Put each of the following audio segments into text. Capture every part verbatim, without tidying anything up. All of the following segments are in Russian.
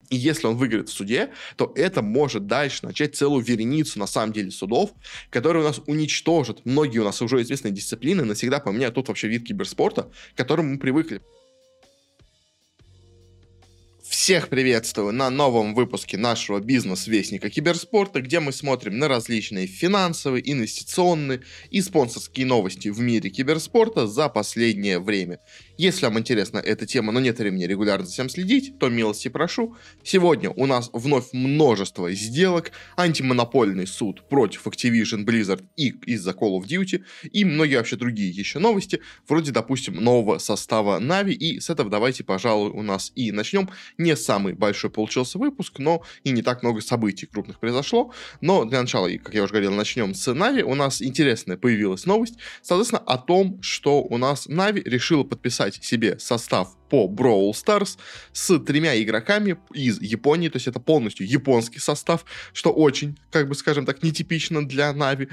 И если он выиграет в суде, то это может дальше начать целую вереницу, на самом деле, судов, которые у нас уничтожат многие у нас уже известные дисциплины, навсегда поменяют тот вообще вид киберспорта, к которому мы привыкли. Всех приветствую на новом выпуске нашего бизнес-вестника киберспорта, где мы смотрим на различные финансовые, инвестиционные и спонсорские новости в мире киберспорта за последнее время. Если вам интересна эта тема, но нет времени регулярно за всем следить, то милости прошу. Сегодня у нас вновь множество сделок, антимонопольный суд против Activision Blizzard и из-за Call of Duty, и многие вообще другие еще новости, вроде, допустим, нового состава Na'Vi, и с этого давайте, пожалуй, у нас и начнем. Не самый большой получился выпуск, но и не так много событий крупных произошло. Но для начала, и, как я уже говорил, начнем с Na'Vi. У нас интересная появилась новость, соответственно, о том, что у нас Na'Vi решила подписать себе состав по Brawl Stars с тремя игроками из Японии, то есть это полностью японский состав, что очень, как бы, скажем так, нетипично для Na'Vi.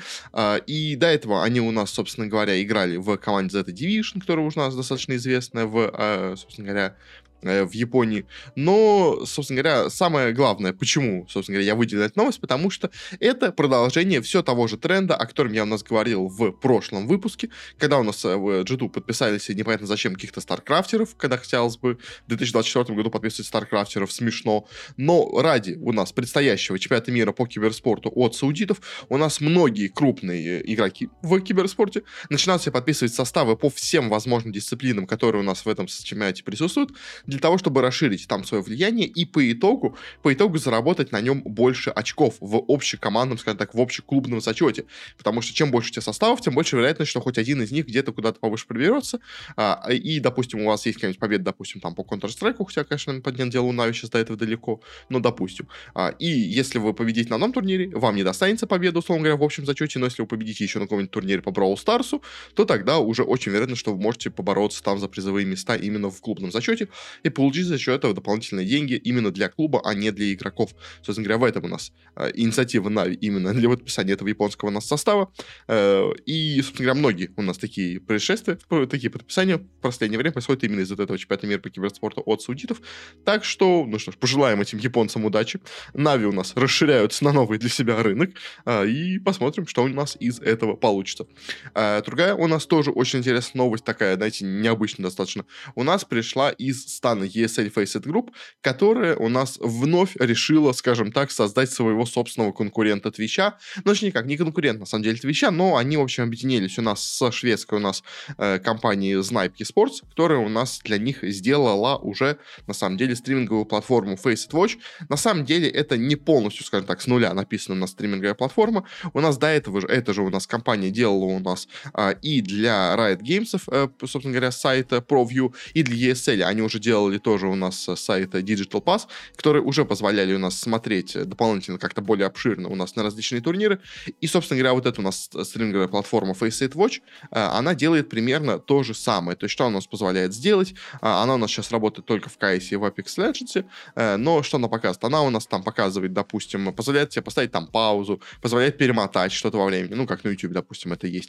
И до этого они у нас, собственно говоря, играли в команде Zeta Division, которая у нас достаточно известная в, собственно говоря, в Японии. Но, собственно говоря, самое главное, почему, собственно говоря, я выделил эту новость, потому что это продолжение все того же тренда, о котором я у нас говорил в прошлом выпуске, когда у нас в джи ту подписались непонятно зачем каких-то старкрафтеров, когда хотелось бы в две тысячи двадцать четвёртом году подписывать старкрафтеров, смешно. Но ради у нас предстоящего чемпионата мира по киберспорту от саудитов у нас многие крупные игроки в киберспорте начинают себе подписывать составы по всем возможным дисциплинам, которые у нас в этом чемпионате присутствуют, для того, чтобы расширить там свое влияние и по итогу, по итогу заработать на нем больше очков в общекомандном, скажем так, в общеклубном зачете. Потому что чем больше у тебя составов, тем больше вероятность, что хоть один из них где-то куда-то повыше проберется. А, и, допустим, у вас есть какая-нибудь победа, допустим, там по Counter-Strike, хотя, конечно, поднят дело у Na'Vi сейчас до этого далеко, но допустим. А, и если вы победите на одном турнире, вам не достанется победа, условно говоря, в общем зачете, но если вы победите еще на каком-нибудь турнире по Brawl Stars, то тогда уже очень вероятно, что вы можете побороться там за призовые места именно в клубном зачете и получить за счет этого дополнительные деньги именно для клуба, а не для игроков. Собственно говоря, в этом у нас э, инициатива Na'Vi именно для подписания этого японского у нас состава. Э, и, собственно говоря, многие у нас такие происшествия, такие подписания в последнее время происходят именно из-за этого чемпионата мира по киберспорту от саудитов. Так что, ну что ж, пожелаем этим японцам удачи. Na'Vi у нас расширяются на новый для себя рынок. Э, и посмотрим, что у нас из этого получится. Э, другая у нас тоже очень интересная новость, такая, знаете, необычная достаточно. У нас пришла из стана и эс эл Faceit Group, которая у нас вновь решила, скажем так, создать своего собственного конкурента Твича. Ну, точнее, как, не конкурент, на самом деле, Твича, но они, в общем, объединились у нас со шведской у нас э, компанией Snipe Esports, которая у нас для них сделала уже, на самом деле, стриминговую платформу Faceit Watch. На самом деле, это не полностью, скажем так, с нуля написана на стриминговая платформа. У нас до этого же, это же у нас компания делала у нас э, и для Riot Games, э, собственно говоря, сайта ProView, и для и эс эл они уже делали тоже у нас сайта Digital Pass, которые уже позволяли у нас смотреть дополнительно как-то более обширно у нас на различные турниры. И, собственно говоря, вот эта у нас стриминговая платформа Faceit Watch, она делает примерно то же самое. То есть, что она у нас позволяет сделать? Она у нас сейчас работает только в кей эс и в Apex Legends, но что она показывает? Она у нас там показывает, допустим, позволяет тебе поставить там паузу, позволяет перемотать что-то во времени, ну, как на YouTube, допустим, это есть.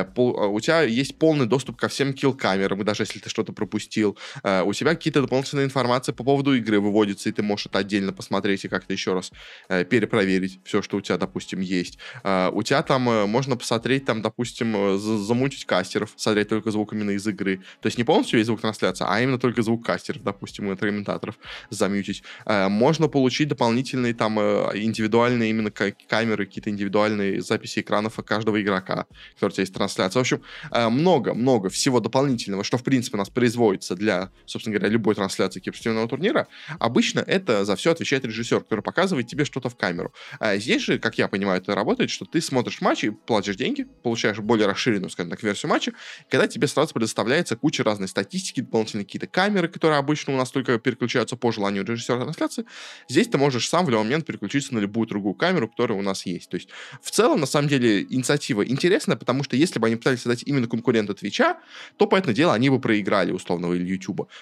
У тебя есть полный доступ ко всем килл-камерам, и даже если ты что-то пропустил, у тебя какие-то дополнительные информация по поводу игры выводится, и ты можешь это отдельно посмотреть и как-то еще раз э, перепроверить все, что у тебя, допустим, есть. Э, у тебя там э, можно посмотреть, там, допустим, э, замутить кастеров, смотреть только звук именно из игры. То есть не полностью весь звук трансляции, а именно только звук кастеров, допустим, и комментаторов замьютить. Э, можно получить дополнительные там э, индивидуальные именно к- камеры, какие-то индивидуальные записи экранов каждого игрока, который у тебя есть трансляция. В общем, э, много-много всего дополнительного, что, в принципе, у нас производится для, собственно говоря, любой трансляции киберспортивного турнира. Обычно это за все отвечает режиссер, который показывает тебе что-то в камеру. А здесь же, как я понимаю, это работает, что ты смотришь матч и платишь деньги, получаешь более расширенную, скажем так, версию матча, когда тебе сразу предоставляется куча разной статистики, дополнительные какие-то камеры, которые обычно у нас только переключаются по желанию режиссера трансляции. Здесь ты можешь сам в любой момент переключиться на любую другую камеру, которая у нас есть. То есть, в целом, на самом деле, инициатива интересная, потому что если бы они пытались создать именно конкурента Твича, то, понятное дело, они бы проиграли условного или Ютуба. Потому что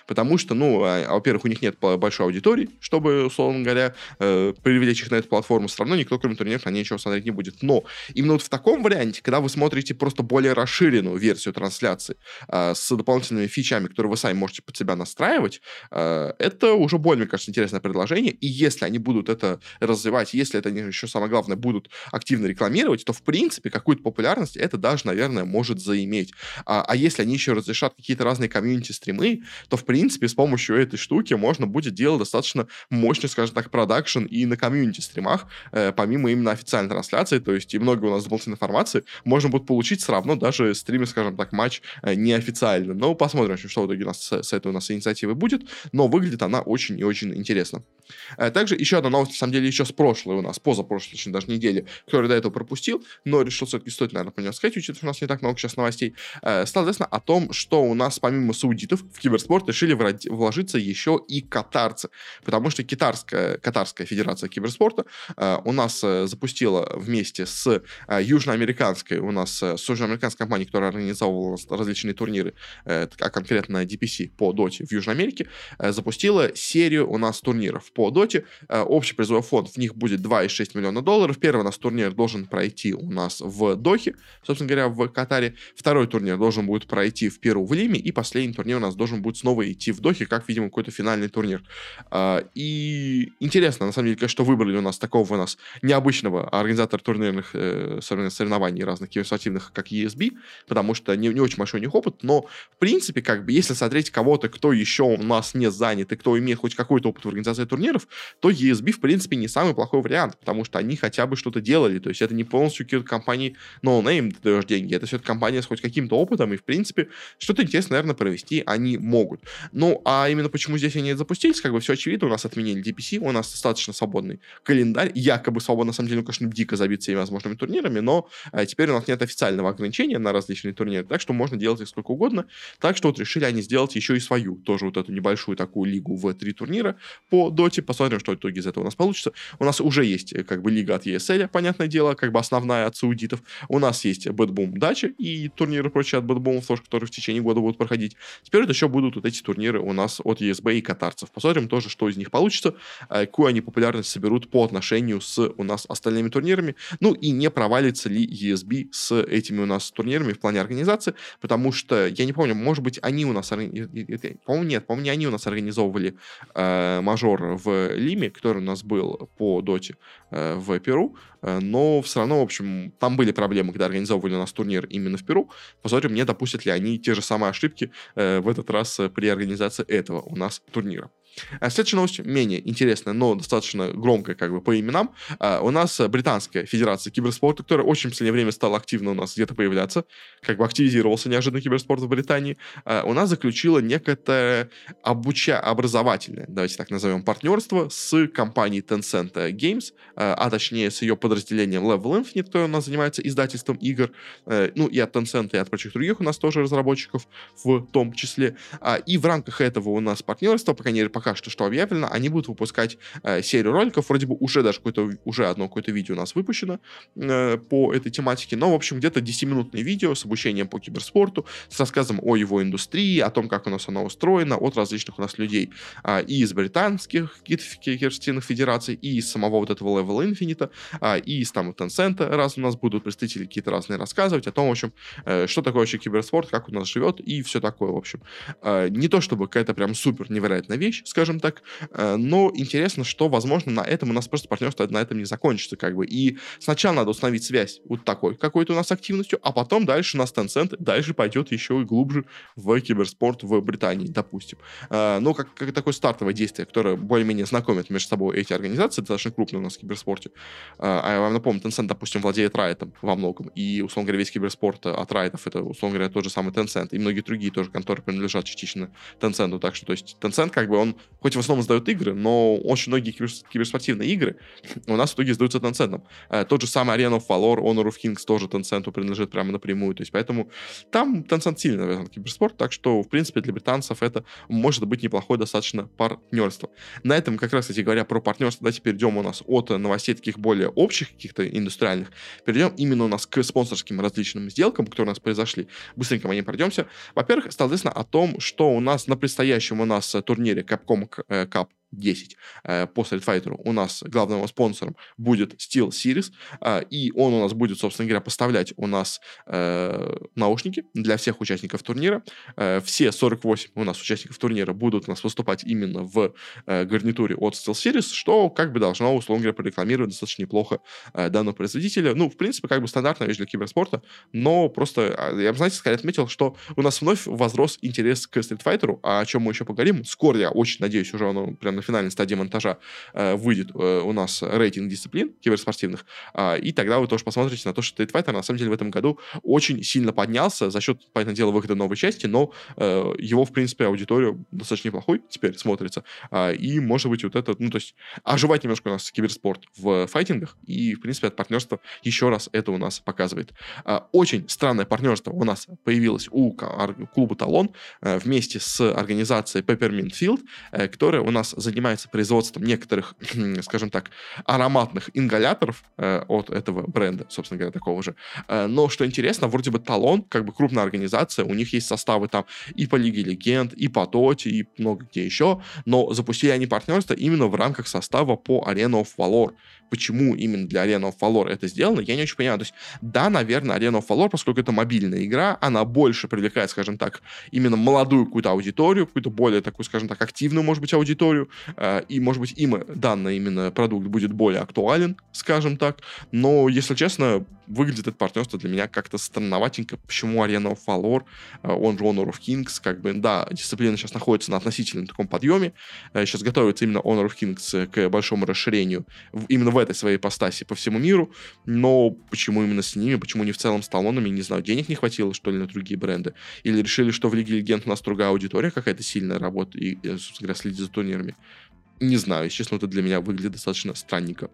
что, ну, а, во-первых, у них нет большой аудитории, чтобы, условно говоря, э, привлечь их на эту платформу. Все равно никто, кроме турниров, на ней ничего смотреть не будет. Но именно вот в таком варианте, когда вы смотрите просто более расширенную версию трансляции э, с дополнительными фичами, которые вы сами можете под себя настраивать, э, это уже более, мне кажется, интересное предложение. И если они будут это развивать, если это они еще, самое главное, будут активно рекламировать, то, в принципе, какую-то популярность это даже, наверное, может заиметь. А, а если они еще разрешат какие-то разные комьюнити-стримы, то, в принципе, с помощью этой штуки можно будет делать достаточно мощный, скажем так, продакшн и на комьюнити-стримах, э, помимо именно официальной трансляции, то есть и много у нас дополнительной информации можно будет получить все равно даже стриме, скажем так, матч э, неофициально. Но посмотрим, что в итоге у нас с, с этой у нас инициативой будет, но выглядит она очень и очень интересно. Э, также еще одна новость, на самом деле, еще с прошлой у нас, позапрошлой, точнее, даже недели, которую до этого пропустил, но решил все-таки стоит, наверное, про него сказать, учитывая, что у нас не так много сейчас новостей, э, стало известно о том, что у нас помимо саудитов в киберспорт решили вложиться еще и катарцы, потому что китарская, катарская федерация киберспорта э, у нас э, запустила вместе с э, южноамериканской, у нас э, с южноамериканской компанией, которая организовывала различные турниры, э, а конкретно ди пи си по доте в Южной Америке, э, запустила серию у нас турниров по доте. Э, общий призовой фонд в них будет два и шесть миллиона долларов. Первый у нас турнир должен пройти у нас в Дохе, собственно говоря, в Катаре. Второй турнир должен будет пройти в Перу, в Лиме, и последний турнир у нас должен будет снова идти в Дохе, как, видимо, какой-то финальный турнир. Э, и интересно, на самом деле, конечно, что выбрали у нас такого у нас необычного организатора турнирных э, соревнований разных киберспортивных, как и эс би, потому что не, не очень большой у них опыт, но, в принципе, как бы, если смотреть кого-то, кто еще у нас не занят и кто имеет хоть какой-то опыт в организации турниров, то и эс би, в принципе, не самый плохой вариант, потому что они хотя бы что-то делали, то есть это не полностью какие-то компании no name, ты даешь деньги, это все-таки компания с хоть каким-то опытом, и, в принципе, что-то интересное, наверное, провести они могут. Ну, а именно почему здесь они запустились, как бы все очевидно, у нас отменили ди пи си, у нас достаточно свободный календарь, якобы свободно, на самом деле, ну, конечно, дико забит всеми возможными турнирами, но э, теперь у нас нет официального ограничения на различные турниры, так что можно делать их сколько угодно, так что вот решили они сделать еще и свою, тоже вот эту небольшую такую лигу в три турнира по доте, посмотрим, что в итоге из этого у нас получится. У нас уже есть как бы лига от и эс эл, понятное дело, как бы основная от саудитов, у нас есть Bad Boom Дача и турниры прочие от Bad Boom, тоже, которые в течение года будут проходить. Теперь вот еще будут вот эти турниры у нас от и эс би и катарцев. Посмотрим тоже, что из них получится, какую они популярность соберут по отношению с у нас остальными турнирами, ну и не провалится ли и эс би с этими у нас турнирами в плане организации, потому что, я не помню, может быть, они у нас, по-моему, нет, по-моему, не они у нас организовывали э, мажор в Лиме, который у нас был по доте э, в Перу, э, но все равно, в общем, там были проблемы, когда организовывали у нас турнир именно в Перу. Посмотрим, не допустят ли они те же самые ошибки э, в этот раз при организации этого у нас турнира. Следующая новость менее интересная, но достаточно громкая как бы по именам. Uh, у нас британская федерация киберспорта, которая очень в последнее время стала активно у нас где-то появляться, как бы активизировался неожиданно киберспорт в Британии. Uh, у нас заключила некое обуча... образовательное, давайте так назовем, партнерство с компанией Tencent Games, uh, а точнее с ее подразделением Level Infinite, которое у нас занимается издательством игр, uh, ну и от Tencent, и от прочих других у нас тоже разработчиков в том числе. Uh, и в рамках этого у нас партнерства, по крайней мере, пока что, что объявлено, они будут выпускать э, серию роликов, вроде бы уже даже какое-то, уже одно какое-то видео у нас выпущено э, по этой тематике, но, в общем, где-то десятиминутное видео с обучением по киберспорту, с рассказом о его индустрии, о том, как у нас она устроена, от различных у нас людей э, и из британских киберспортивных федераций, и из самого вот этого Level Infinite, э, и из там Tencent, раз у нас будут представители какие-то разные рассказывать о том, в общем, э, что такое вообще киберспорт, как у нас живет, и все такое, в общем. Э, не то, чтобы какая-то прям супер невероятная вещь, скажем так, но интересно, что, возможно, на этом у нас просто партнерство на этом не закончится, как бы, и сначала надо установить связь вот такой какой-то у нас активностью, а потом дальше у нас Tencent дальше пойдет еще и глубже в киберспорт в Британии, допустим. Ну, как, как такое стартовое действие, которое более-менее знакомит между собой эти организации, достаточно крупные у нас в киберспорте. А я вам напомню, Tencent, допустим, владеет Riot во многом, и, условно говоря, весь киберспорт от Riot, это, условно говоря, тот же самый Tencent, и многие другие тоже конторы принадлежат частично Tencent, так что, то есть, Tencent, как бы, он хоть в основном сдает игры, но очень многие киберспортивные игры у нас в итоге сдаются Tencent. Э, тот же самый Arena of Valor, Honor of Kings тоже Tencent принадлежит прямо напрямую. То есть поэтому там Tencent сильно навязан в киберспорт, так что, в принципе, для британцев это может быть неплохое достаточно партнерство. На этом, как раз, кстати говоря, про партнерство, давайте перейдем у нас от новостей таких более общих, каких-то индустриальных, перейдем именно у нас к спонсорским различным сделкам, которые у нас произошли. Быстренько мы не пройдемся. Во-первых, стало известно о том, что у нас на предстоящем у нас турнире Capcom Cup десять э, по Street Fighter у нас главным спонсором будет SteelSeries, э, и он у нас будет, собственно говоря, поставлять у нас э, наушники для всех участников турнира. Э, все сорок восемь у нас участников турнира будут у нас выступать именно в э, гарнитуре от SteelSeries, что как бы должно, условно говоря, прорекламировать достаточно неплохо э, данного производителя. Ну, в принципе, как бы стандартная вещь для киберспорта, но просто, я бы, знаете, скорее отметил, что у нас вновь возрос интерес к Street Fighter, о чем мы еще поговорим. Скоро, я очень надеюсь, уже оно прям на финальной стадии монтажа э, выйдет э, у нас рейтинг дисциплин киберспортивных, э, и тогда вы тоже посмотрите на то, что Street Fighter на самом деле в этом году очень сильно поднялся за счет, понятное дело, выхода новой части, но э, его, в принципе, аудитория достаточно неплохой теперь смотрится, э, и, может быть, вот это, ну, то есть, оживать немножко у нас киберспорт в файтингах, и, в принципе, от партнерства еще раз это у нас показывает. Э, очень странное партнерство у нас появилось у клуба Талон э, вместе с организацией Peppermint Field, э, которая у нас занимается производством некоторых, скажем так, ароматных ингаляторов э, от этого бренда, собственно говоря, такого же. Э, но, что интересно, вроде бы Талон, как бы крупная организация, у них есть составы там и по Лиге Легенд, и по Доте, и много где еще, но запустили они партнерство именно в рамках состава по Arena of Valor. Почему именно для Arena of Valor это сделано, я не очень понимаю. То есть, да, наверное, Arena of Valor, поскольку это мобильная игра, она больше привлекает, скажем так, именно молодую какую-то аудиторию, какую-то более такую, скажем так, активную, может быть, аудиторию, э, и, может быть, им данный именно продукт будет более актуален, скажем так. Но, если честно, выглядит это партнерство для меня как-то странноватенько. Почему Arena of Valor, э, он же Honor of Kings, как бы, да, дисциплина сейчас находится на относительном таком подъеме, э, сейчас готовится именно Honor of Kings к большому расширению в, именно в этой своей ипостаси по всему миру, но почему именно с ними, почему не в целом с Талонами, не знаю, денег не хватило, что ли, на другие бренды, или решили, что в Лиге Легенд у нас другая аудитория какая-то сильная работа и, собственно говоря, следит за турнирами. Не знаю, если честно, это для меня выглядит достаточно странненько.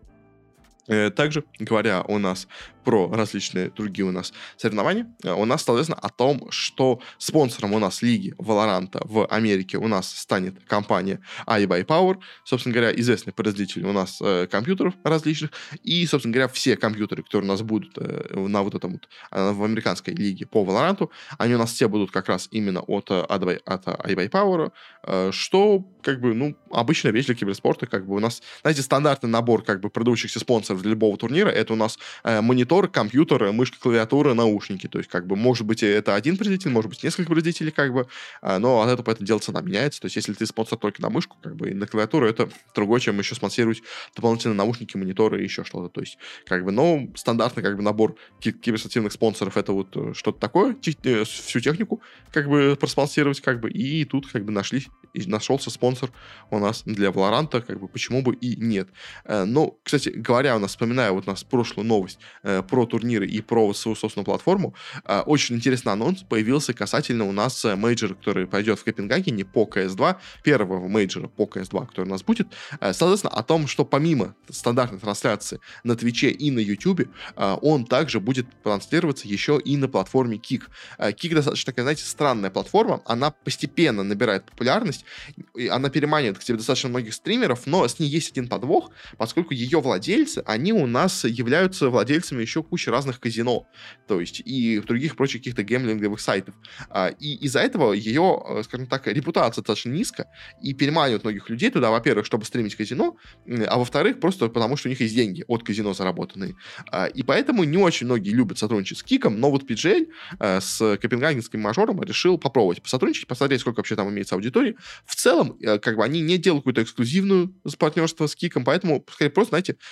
Также, говоря у нас про различные другие у нас соревнования, у нас стало известно о том, что спонсором у нас лиги Valorant в Америке у нас станет компания iBuyPower, собственно говоря, известный производитель у нас э, компьютеров различных, и, собственно говоря, все компьютеры, которые у нас будут э, на вот этом вот, э, в американской лиге по Valorant, они у нас все будут как раз именно от, от, от iBuyPower, э, что, как бы, ну, обычная вещь для киберспорта, как бы у нас, знаете, стандартный набор, как бы, продающихся спонсоров для любого турнира, это у нас э, монитор, компьютер, мышка, клавиатура, наушники. То есть, как бы, может быть, это один производитель, может быть, несколько производителей, как бы, э, но от этого, поэтому дело цена меняется. То есть, если ты спонсор только на мышку, как бы, и на клавиатуру, это другое, чем еще спонсировать дополнительно наушники, мониторы и еще что-то. То есть, как бы, но стандартный, как бы, набор киберспортивных спонсоров, это вот что-то такое, те, всю технику, как бы, проспонсировать, как бы, и тут, как бы, нашли, и нашелся спонсор у нас для Valorant, как бы, почему бы и нет. Э, но, кстати говоря, у нас, вспоминаю вот у нас прошлую новость э, про турниры и про свою собственную платформу, э, очень интересный анонс появился касательно у нас э, мейджора, который пойдет в Копенгагене по си эс два, первого мейджора по си эс два, который у нас будет, э, соответственно, о том, что помимо стандартной трансляции на Твиче и на Ютубе, э, он также будет транслироваться еще и на платформе Kick. Э, Kick достаточно такая, знаете, странная платформа, она постепенно набирает популярность, и она переманивает к себе достаточно многих стримеров, но с ней есть один подвох, поскольку ее владельцы, они у нас являются владельцами еще кучи разных казино, то есть и других прочих каких-то гэмблинговых сайтов. И из-за этого ее, скажем так, репутация достаточно низкая, и переманивают многих людей туда, во-первых, чтобы стримить казино, а во-вторых, просто потому, что у них есть деньги от казино заработанные. И поэтому не очень многие любят сотрудничать с Киком, но вот пи джей эл с копенгагенским мажором решил попробовать посотрудничать, посмотреть, сколько вообще там имеется аудитории. В целом, как бы они не делают какую-то эксклюзивную партнерство с Киком, поэтому, скорее, просто, знаете, мы решили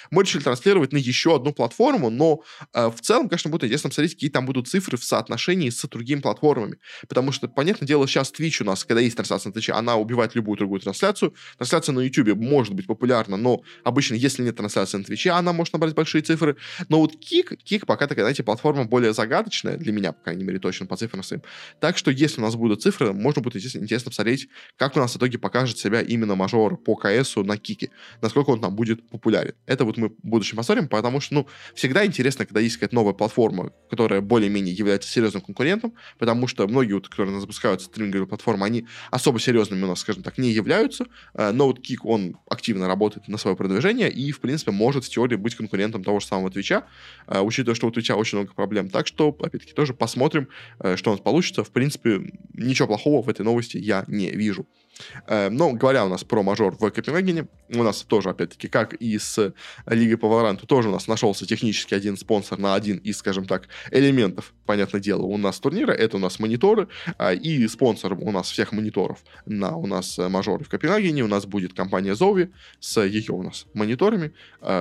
транслировать на еще одну платформу, но э, в целом, конечно, будет интересно посмотреть, какие там будут цифры в соотношении с другими платформами. Потому что, понятное дело, сейчас Twitch у нас, когда есть трансляция на Twitch, она убивает любую другую трансляцию. Трансляция на YouTube может быть популярна, но обычно, если нет трансляции на Twitch, она может набрать большие цифры. Но вот Kick, Kick пока такая, знаете, платформа более загадочная, для меня, по крайней мере, точно по цифрам своим. Так что, если у нас будут цифры, можно будет интересно, интересно посмотреть, как у нас в итоге покажет себя именно мажор по КСу на Кике, насколько он там будет популярен. Это вот мы в будущем посмотрим, потому что, ну, всегда интересно, когда есть какая-то новая платформа, которая более-менее является серьезным конкурентом, потому что многие, вот, которые запускают стриминговые платформы, они особо серьезными у нас, скажем так, не являются, но вот Кик, он активно работает на свое продвижение и, в принципе, может в теории быть конкурентом того же самого Твича, учитывая, что у Твича очень много проблем. Так что, опять-таки, тоже посмотрим, что у нас получится. В принципе, ничего плохого в этой новости я не вижу. Но говоря у нас про мажор в Копенгагене, у нас тоже, опять-таки, как и с Лигой по Валоранту, тоже у нас нашелся технически один спонсор на один из, скажем так, элементов, понятное дело, у нас турнира, это у нас мониторы, и спонсором у нас всех мониторов на у нас мажоре в Копенгагене у нас будет компания Zowie с ее у нас мониторами,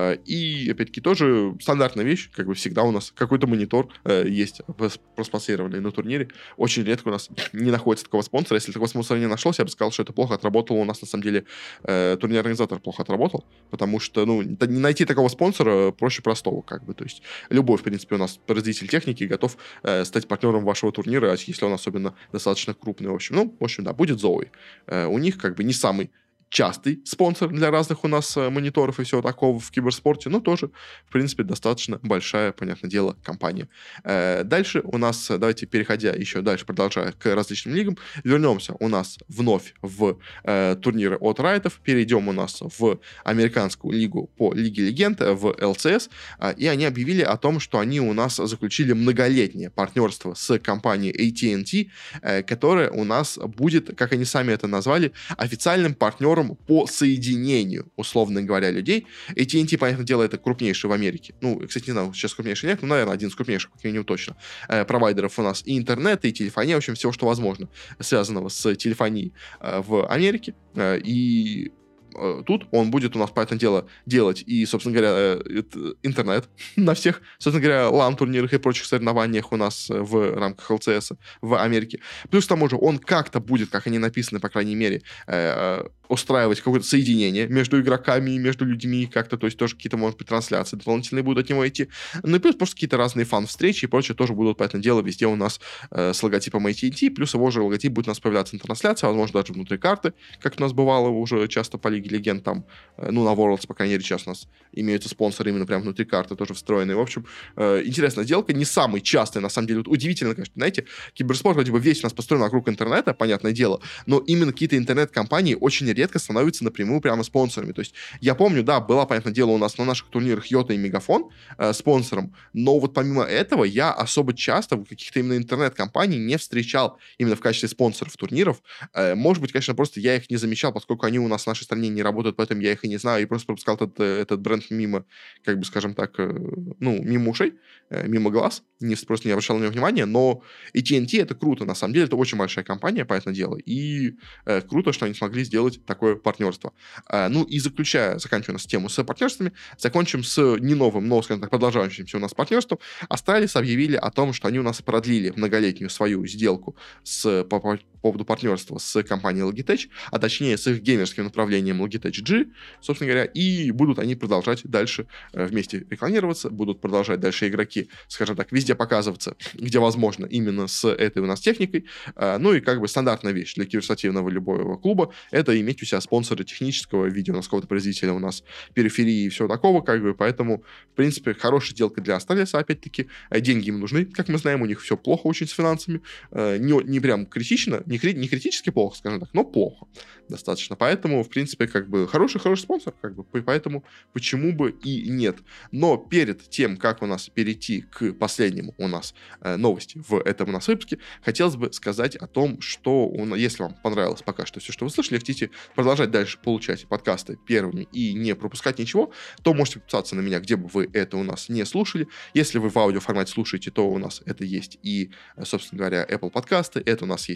и, опять-таки, тоже стандартная вещь, как бы всегда у нас какой-то монитор есть проспонсированный на турнире, очень редко у нас не находится такого спонсора, если такого спонсора не нашелся, я бы сказал, что это плохо отработал у нас, на самом деле, э, турнирный организатор плохо отработал, потому что, ну, не найти такого спонсора проще простого, как бы, то есть любой, в принципе, у нас производитель техники готов э, стать партнером вашего турнира, если он особенно достаточно крупный, в общем, ну, в общем, да, будет Zowie. Э, у них, как бы, не самый частый спонсор для разных у нас э, мониторов и всего такого в киберспорте, но тоже, в принципе, достаточно большая, понятное дело, компания. Э, дальше у нас, давайте переходя еще дальше, продолжая к различным лигам, вернемся у нас вновь в э, турниры от Райтов, перейдем у нас в американскую лигу по Лиге Легенд, в эл си эс, э, и они объявили о том, что они у нас заключили многолетнее партнерство с компанией эй ти энд ти, э, которая у нас будет, как они сами это назвали, официальным партнером по соединению, условно говоря, людей. эй ти энд ти, понятное дело, это крупнейший в Америке. Ну, кстати, не знаю, сейчас крупнейший нет, но, наверное, один из крупнейших, как минимум точно, э, провайдеров у нас и интернет, и телефония, в общем, всего, что возможно, связанного с телефонией э, в Америке. Э, и тут он будет у нас, понятное дело, делать и, собственно говоря, интернет на всех, собственно говоря, лан-турнирах и прочих соревнованиях у нас в рамках эл си эс в Америке. Плюс к тому же он как-то будет, как они написаны, по крайней мере, устраивать какое-то соединение между игроками и между людьми как-то, то есть тоже какие-то, может быть, трансляции дополнительные будут от него идти. Ну и плюс просто какие-то разные фан-встречи и прочее тоже будут, понятное дело, везде у нас э, с логотипом эй ти энд ти, плюс его же логотип будет у нас появляться на трансляции, возможно, даже внутри карты, как у нас бывало уже часто по Лиге Легенд, там, э, ну, на Worlds, по крайней мере, сейчас у нас имеются спонсоры именно прямо внутри карты, тоже встроенные. В общем, э, интересная сделка, не самый частый, на самом деле, вот удивительно, конечно, знаете, киберспорт вроде бы весь у нас построен вокруг интернета, понятное дело, но именно какие-то интернет-компании очень редко становятся напрямую прямо спонсорами. То есть я помню, да, была, понятное дело, у нас на наших турнирах Йота и Мегафон э, спонсором, но вот помимо этого я особо часто в каких-то именно интернет-компаний не встречал именно в качестве спонсоров турниров. Э, может быть, конечно, просто я их не замечал, поскольку они у нас в нашей стране не работают, поэтому я их и не знаю, и просто пропускал этот, этот бренд мимо, как бы, скажем так, э, ну, мимо ушей, э, мимо глаз, не, просто не обращал на него внимания, но эй ти энд ти это круто, на самом деле, это очень большая компания, понятное дело, и э, круто, что они смогли сделать такое партнерство. А, ну и заключая, заканчивая у нас тему с партнерствами, закончим с не новым, но, скажем так, продолжающимся у нас партнерством. Astralis объявили о том, что они у нас продлили многолетнюю свою сделку с, по, по поводу партнерства с компанией Logitech, а точнее с их геймерским направлением Logitech G, собственно говоря, и будут они продолжать дальше э, вместе рекламироваться, будут продолжать дальше игроки, скажем так, везде показываться, где возможно, именно с этой у нас техникой. Э, ну и как бы стандартная вещь для киберспортивного любого клуба, это иметь у себя спонсора технического видео, у нас какого-то производителя, у нас периферии и всего такого, как бы, поэтому, в принципе, хорошая сделка для Astralis, опять-таки, деньги им нужны, как мы знаем, у них все плохо очень с финансами, не, не прям критично, не, кри, не критически плохо, скажем так, но плохо достаточно, поэтому, в принципе, как бы, хороший-хороший спонсор, как бы, поэтому почему бы и нет. Но перед тем, как у нас перейти к последнему у нас новости в этом у нас выпуске, хотелось бы сказать о том, что, у нас, если вам понравилось пока что все, что вы слышали, хотите продолжать дальше получать подкасты первыми и не пропускать ничего, то можете подписаться на меня, где бы вы это у нас не слушали. Если вы в аудиоформате слушаете, то у нас это есть и, собственно говоря, Apple подкасты, это у нас есть и Google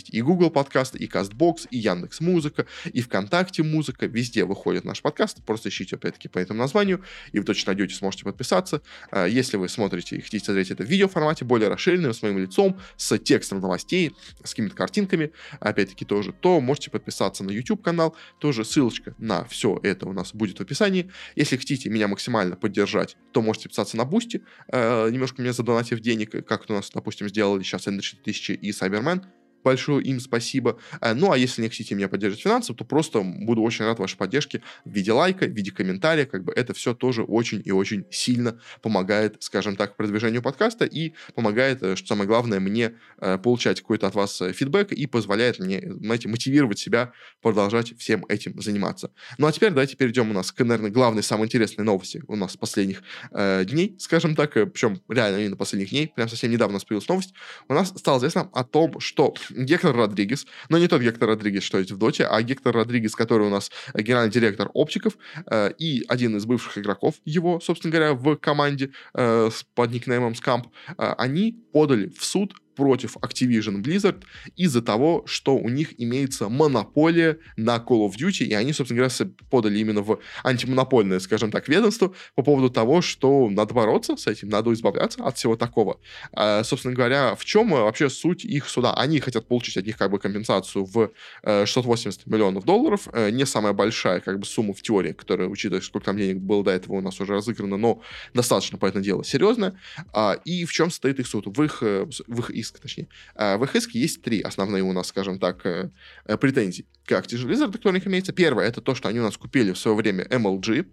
Google подкасты, и Castbox, и Яндекс.Музыка, и ВКонтакте Музыка. Везде выходит наш подкаст. Просто ищите, опять-таки, по этому названию, и вы точно найдете, сможете подписаться. Если вы смотрите и хотите смотреть это в видеоформате, более расширенным, с моим лицом, с текстом новостей, с какими-то картинками, опять-таки тоже, то можете подписаться на YouTube-канал. Тоже ссылочка на все это у нас будет в описании. Если хотите меня максимально поддержать, то можете подписаться на Boosty, э, немножко мне задонатив денег, как у нас, допустим, сделали сейчас Н четыре тысячи и Cyberman. Большое им спасибо. Ну, а если не хотите меня поддерживать финансово, то просто буду очень рад вашей поддержке в виде лайка, в виде комментария. Как бы это все тоже очень и очень сильно помогает, скажем так, продвижению подкаста и помогает, что самое главное, мне получать какой-то от вас фидбэк и позволяет мне, знаете, мотивировать себя продолжать всем этим заниматься. Ну, а теперь давайте перейдем у нас к, наверное, главной, самой интересной новости у нас последних э, дней, скажем так, причем реально именно последних дней, прям совсем недавно у нас появилась новость. У нас стало известно о том, что Гектор Родригес, но не тот Гектор Родригес, что есть в Доте, а Гектор Родригес, который у нас генеральный директор Оптиков э, и один из бывших игроков его, собственно говоря, в команде э, под никнеймом Scamp, э, они подали в суд против Activision Blizzard из-за того, что у них имеется монополия на Call of Duty, и они, собственно говоря, подали именно в антимонопольное, скажем так, ведомство по поводу того, что надо бороться с этим, надо избавляться от всего такого. А, собственно говоря, в чем вообще суть их суда? Они хотят получить от них как бы компенсацию в шестьсот восемьдесят миллионов долларов, не самая большая как бы сумма в теории, которая, учитывая, сколько там денег было до этого у нас уже разыграно, но достаточно, по этому делу, серьезная. А, и в чем состоит их суд? В их, в их иск, точнее. В их иске есть три основные у нас, скажем так, претензии к Activision Blizzard, которые у них имеется. Первое, это то, что они у нас купили в свое время эм эл джи,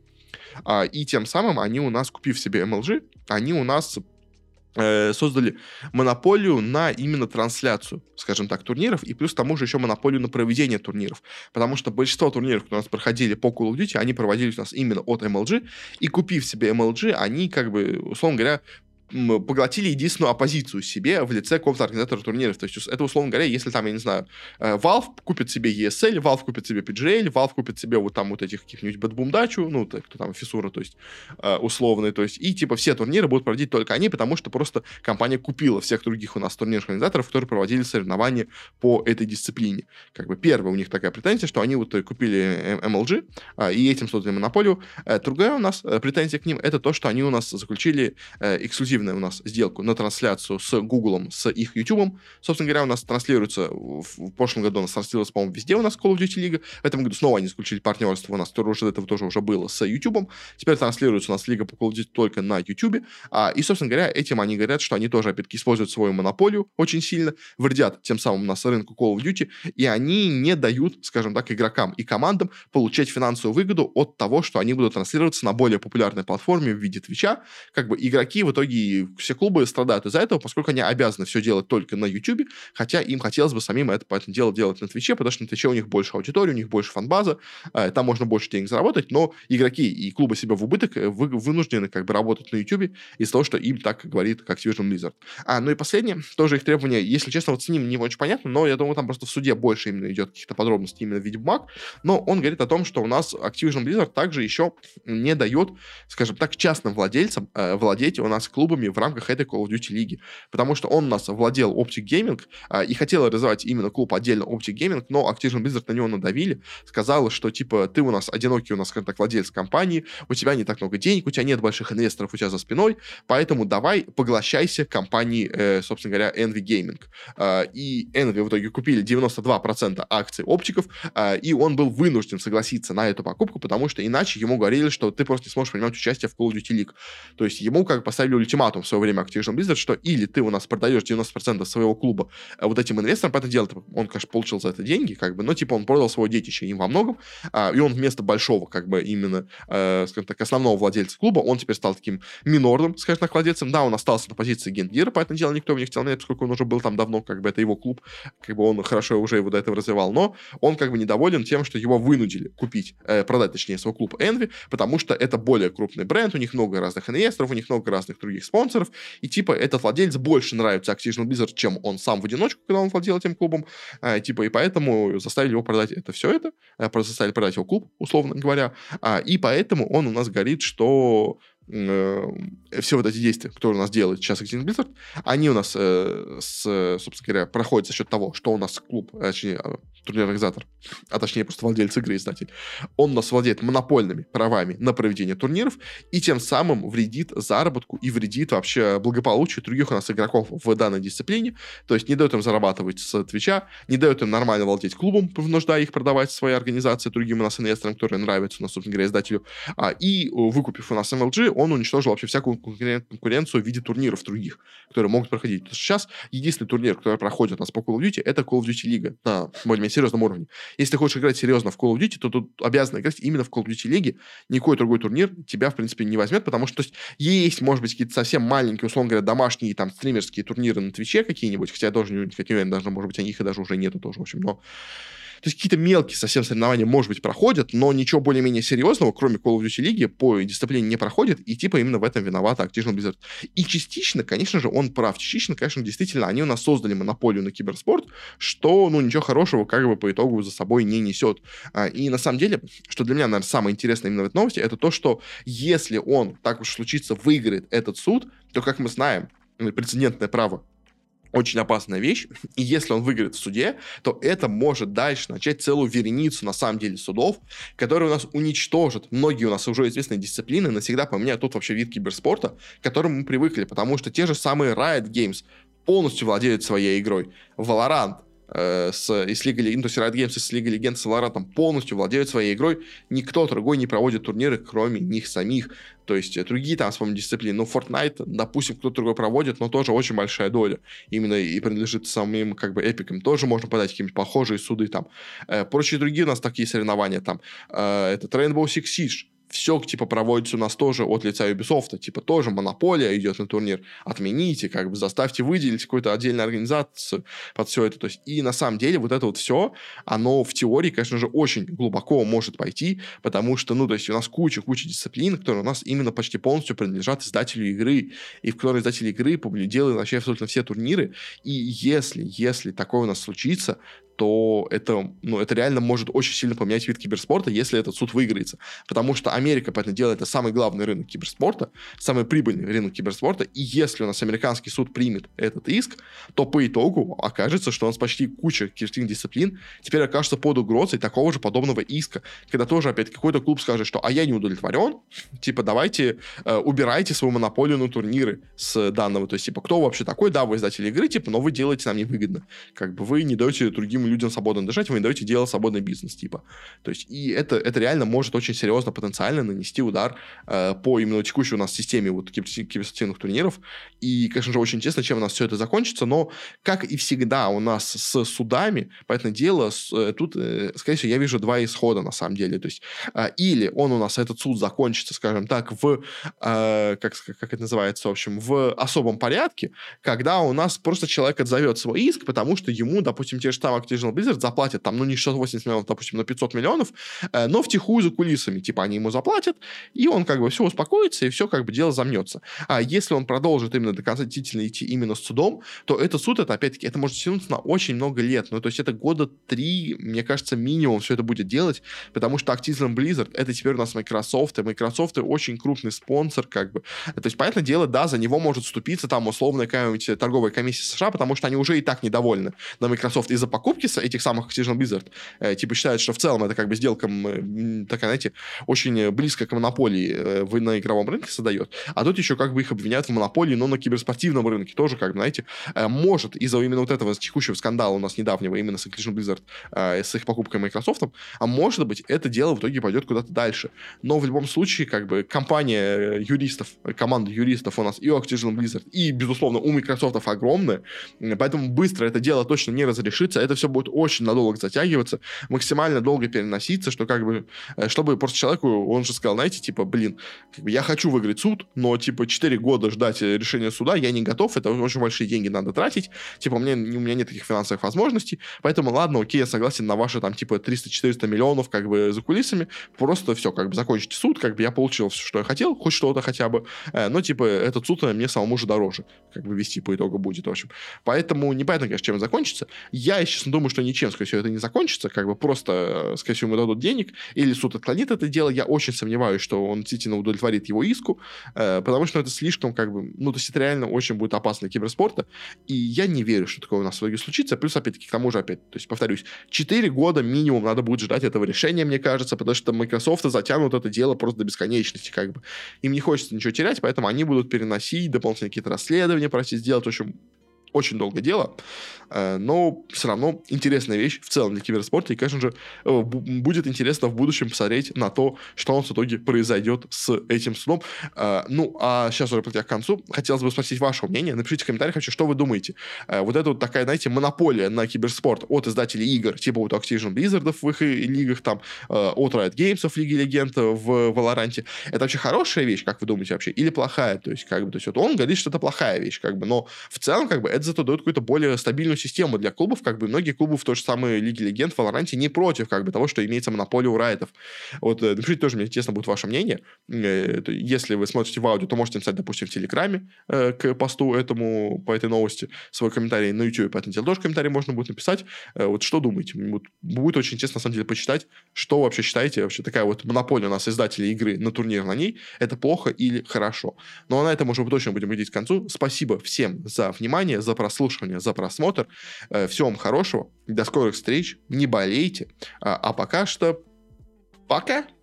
и тем самым они у нас, купив себе эм эл джи, они у нас создали монополию на именно трансляцию, скажем так, турниров, и плюс к тому же еще монополию на проведение турниров, потому что большинство турниров, которые у нас проходили по Call of Duty, они проводились у нас именно от эм эл джи, и купив себе эм эл джи, они, как бы, условно говоря, поглотили единственную оппозицию себе в лице какого-то организатора турниров. То есть это, условно говоря, если там, я не знаю, Valve купит себе и эс эл, Valve купит себе пи джи эл, Valve купит себе вот там вот этих каких-нибудь Бэтбумдачу, ну, кто там, Фиссура, то есть условный, то есть и типа все турниры будут проводить только они, потому что просто компания купила всех других у нас турнирных организаторов, которые проводили соревнования по этой дисциплине. Как бы первая у них такая претензия, что они вот купили эм эл джи и этим создали монополию. Другая у нас претензия к ним, это то, что они у нас заключили эксклюзивную у нас сделку на трансляцию с Гуглом, с их Ютубом. Собственно говоря, у нас транслируется, в, в прошлом году у нас транслировалось, по-моему, везде у нас Call of Duty Лига. В этом году снова они заключили партнерство у нас, которое уже до этого тоже уже было с Ютубом. Теперь транслируется у нас Лига по Call of Duty только на Ютубе. А, и, собственно говоря, этим они говорят, что они тоже, опять-таки, используют свою монополию очень сильно, вредят тем самым у нас рынку Call of Duty, и они не дают, скажем так, игрокам и командам получать финансовую выгоду от того, что они будут транслироваться на более популярной платформе в виде Твича. Как бы игроки в итоге и все клубы страдают из-за этого, поскольку они обязаны все делать только на Ютубе, хотя им хотелось бы самим это, это дело делать на Твиче, потому что на Твиче у них больше аудитории, у них больше фан-база, там можно больше денег заработать, но игроки и клубы себя в убыток вы, вынуждены как бы работать на Ютубе из-за того, что им так говорит Activision Blizzard. А, ну и последнее, тоже их требование, если честно, вот с ним не очень понятно, но я думаю, там просто в суде больше именно идет каких-то подробностей именно в виде бумаг, но он говорит о том, что у нас Activision Blizzard также еще не дает, скажем так, частным владельцам э, владеть у нас клубами в рамках этой Call of Duty лиги, потому что он у нас владел Optic Gaming а, и хотел развивать именно клуб отдельно Optic Gaming, но Activision Blizzard на него надавили, сказала, что типа ты у нас одинокий, у нас, скажем так, владелец компании, у тебя не так много денег, у тебя нет больших инвесторов у тебя за спиной, поэтому давай поглощайся компанией, э, собственно говоря, Envy Gaming. А, и Envy в итоге купили девяносто два процента акций Оптиков, а, и он был вынужден согласиться на эту покупку, потому что иначе ему говорили, что ты просто не сможешь принимать участие в Call of Duty League. То есть ему как бы поставили ультиматум в свое время Activision Blizzard, что или ты у нас продаешь девяносто процентов своего клуба а, вот этим инвесторам, по это дело, он, конечно, получил за это деньги, как бы, но типа он продал свое детище им во многом, а, и он вместо большого, как бы, именно, э, скажем так, основного владельца клуба, он теперь стал таким минорным, скажем так, владельцем. Да, он остался на позиции гендира, по этому делу никто в них хотел нет, поскольку он уже был там давно, как бы, это его клуб, как бы он хорошо уже его до этого развивал, но он как бы недоволен тем, что его вынудили купить, э, продать, точнее, свой клуб Envy, потому что это более крупный бренд, у них много разных инвесторов, у них много разных других спонсоров, и типа этот владелец больше нравится Activision Blizzard, чем он сам в одиночку, когда он владел этим клубом, э, типа, и поэтому заставили его продать это все это, э, заставили продать его клуб, условно говоря, э, и поэтому он у нас говорит, что э, все вот эти действия, которые у нас делает сейчас Activision Blizzard, они у нас, э, с, собственно говоря, проходят за счет того, что у нас клуб, точнее, турнирный организатор, а точнее просто владелец игры, издатель, он у нас владеет монопольными правами на проведение турниров и тем самым вредит заработку и вредит вообще благополучию других у нас игроков в данной дисциплине, то есть не дает им зарабатывать с Твича, не дает им нормально владеть клубом, вынуждая их продавать свои организации другим у нас инвесторам, которые нравятся у нас, собственно говоря, издателю, а, и выкупив у нас эм эл джи, он уничтожил вообще всякую конкуренцию в виде турниров других, которые могут проходить. Сейчас единственный турнир, который проходит у нас по Call of Duty, это Call of Duty Лига на более-менее серьезном уровне. Если ты хочешь играть серьезно в Call of Duty, то тут обязан играть именно в Call of Duty Лиге. Никакой другой турнир тебя, в принципе, не возьмет, потому что то есть, есть, может быть, какие-то совсем маленькие, условно говоря, домашние там стримерские турниры на Твиче какие-нибудь, хотя я тоже не, не уверен, даже, может быть, они их и даже уже нету тоже, в общем, но... То есть какие-то мелкие совсем соревнования, может быть, проходят, но ничего более-менее серьезного, кроме Call of Duty Лиги, по дисциплине не проходит, и типа именно в этом виновата Activision Blizzard. И частично, конечно же, он прав. Частично, конечно, действительно, они у нас создали монополию на киберспорт, что, ну, ничего хорошего как бы по итогу за собой не несет. И на самом деле, что для меня, наверное, самое интересное именно в этой новости, это то, что если он, так уж случится, выиграет этот суд, то, как мы знаем, прецедентное право очень опасная вещь, и если он выиграет в суде, то это может дальше начать целую вереницу, на самом деле, судов, которые у нас уничтожат многие у нас уже известные дисциплины, навсегда поменяют тот вообще вид киберспорта, к которому мы привыкли, потому что те же самые Riot Games полностью владеют своей игрой. Valorant с, с League of Legends, то есть Riot Games с League of Legends с Valorant полностью владеют своей игрой, никто другой не проводит турниры, кроме них самих, то есть другие там, вспомним, дисциплины, ну, Fortnite, допустим, кто-то другой проводит, но тоже очень большая доля, именно и принадлежит самим, как бы, эпикам, тоже можно подать какие-нибудь похожие суды там, э, прочие другие у нас такие соревнования там, э, это Rainbow Six Siege, все, типа, проводится у нас тоже от лица Ubisoft, типа, тоже монополия идет на турнир, отмените, как бы, заставьте выделить какую-то отдельную организацию под все это, то есть, и на самом деле вот это вот все, оно в теории, конечно же, очень глубоко может пойти, потому что, ну, то есть, у нас куча-куча дисциплин, которые у нас именно почти полностью принадлежат издателю игры, и в которой издатели игры делают вообще абсолютно все турниры, и если, если такое у нас случится, то это, ну, это реально может очень сильно поменять вид киберспорта, если этот суд выиграется. Потому что Америка, понятное дело, это самый главный рынок киберспорта, самый прибыльный рынок киберспорта, и если у нас американский суд примет этот иск, то по итогу окажется, что у нас почти куча киберспортивных дисциплин теперь окажется под угрозой такого же подобного иска, когда тоже опять какой-то клуб скажет, что «а я не удовлетворен», типа «давайте э, убирайте свою монополию на турниры с данного», то есть типа «кто вообще такой? Да, вы издатель игры, типа, но вы делаете нам невыгодно, как бы вы не даете другим людям свободно дышать, вы не даете делать свободный бизнес, типа. То есть, и это, это реально может очень серьезно, потенциально нанести удар э, по именно текущей у нас системе вот киберспортивных турниров. И, конечно же, очень интересно, чем у нас все это закончится, но, как и всегда у нас с судами, поэтому дело, с, э, тут, э, скорее всего, я вижу два исхода, на самом деле. То есть, э, или он у нас, этот суд закончится, скажем так, в, э, как, как это называется, в общем, в особом порядке, когда у нас просто человек отзовет свой иск, потому что ему, допустим, те же там Activision Blizzard заплатят там, ну, не шестьсот восемьдесят миллионов, допустим, на пятьсот миллионов, э, но втихую за кулисами, типа, они ему заплатят, и он как бы все успокоится, и все как бы дело замнется. А если он продолжит именно до конца действительно идти именно с судом, то этот суд, это опять-таки, это может тянуться на очень много лет, ну, то есть это года три, мне кажется, минимум все это будет делать, потому что Activision Blizzard, это теперь у нас Microsoft, и Microsoft очень крупный спонсор, как бы, то есть, понятное дело, да, за него может вступиться там условная какая-нибудь торговая комиссия США, потому что они уже и так недовольны на Microsoft из-за покупки этих самых Activision Blizzard, э, типа считают, что в целом это как бы сделка э, такая, знаете, очень близко к монополии э, в, на игровом рынке создает, а тут еще как бы их обвиняют в монополии, но на киберспортивном рынке тоже, как бы, знаете, э, может из-за именно вот этого текущего скандала у нас недавнего, именно с Activision Blizzard, э, с их покупкой Microsoft, а может быть это дело в итоге пойдет куда-то дальше. Но в любом случае, как бы, компания юристов, команда юристов у нас и у Activision Blizzard, и, безусловно, у Microsoft огромная, поэтому быстро это дело точно не разрешится, это все будет очень надолго затягиваться, максимально долго переноситься, что как бы, чтобы просто человеку, он же сказал, знаете, типа, блин, как бы я хочу выиграть суд, но, типа, четыре года ждать решения суда я не готов, это очень большие деньги надо тратить, типа, у меня, у меня нет таких финансовых возможностей, поэтому, ладно, окей, я согласен на ваши, там, типа, триста-четыреста миллионов, как бы, за кулисами, просто все, как бы, закончите суд, как бы, я получил все, что я хотел, хоть что-то хотя бы, но, типа, этот суд мне самому же дороже, как бы, вести по итогу будет, в общем. Поэтому непонятно, конечно, чем закончится. Я, честно думаю, думаю, что ничем, скорее всего, это не закончится, как бы просто, скорее всего, ему дадут денег, или суд отклонит это дело. Я очень сомневаюсь, что он действительно удовлетворит его иску, э, потому что это слишком, как бы, ну, то есть это реально очень будет опасно для киберспорта, и я не верю, что такое у нас в итоге случится. Плюс, опять-таки, к тому же, опять, то есть, повторюсь, четыре года минимум надо будет ждать этого решения, мне кажется, потому что Microsoft затянут это дело просто до бесконечности, как бы. Им не хочется ничего терять, поэтому они будут переносить дополнительные какие-то расследования, просить сделать, в общем, очень долгое дело, но все равно интересная вещь в целом для киберспорта, и, конечно же, будет интересно в будущем посмотреть на то, что в итоге произойдет с этим судом. Ну, а сейчас уже подойдя к концу, хотелось бы спросить ваше мнение, напишите в комментариях вообще, что вы думаете. Вот это вот такая, знаете, монополия на киберспорт от издателей игр, типа вот Activision Blizzard в их лигах, там, от Riot Games в Лиге Легенд в Valorant, это вообще хорошая вещь, как вы думаете вообще, или плохая? То есть, как бы, то есть, вот он говорит, что это плохая вещь, как бы, но в целом, как бы, это зато дает какую-то более стабильную систему для клубов, как бы многие клубы в той же самой Лиге Легенд в Valorant не против, как бы, того, что имеется монополия у райтов. Вот, напишите тоже, мне интересно будет ваше мнение. Если вы смотрите в аудио, то можете написать, допустим, в Телеграме э, к посту этому, по этой новости, свой комментарий на YouTube, по этому делу тоже комментарий можно будет написать. Э, вот что думаете? Будет, будет очень интересно, на самом деле, почитать, что вы вообще считаете, вообще такая вот монополия у нас издателей игры на турнир на ней, это плохо или хорошо. Ну, а на этом уже точно будем идти к концу. Спасибо всем за внимание, за прослушивание, за просмотр. Всего вам хорошего. До скорых встреч. Не болейте. А пока что пока.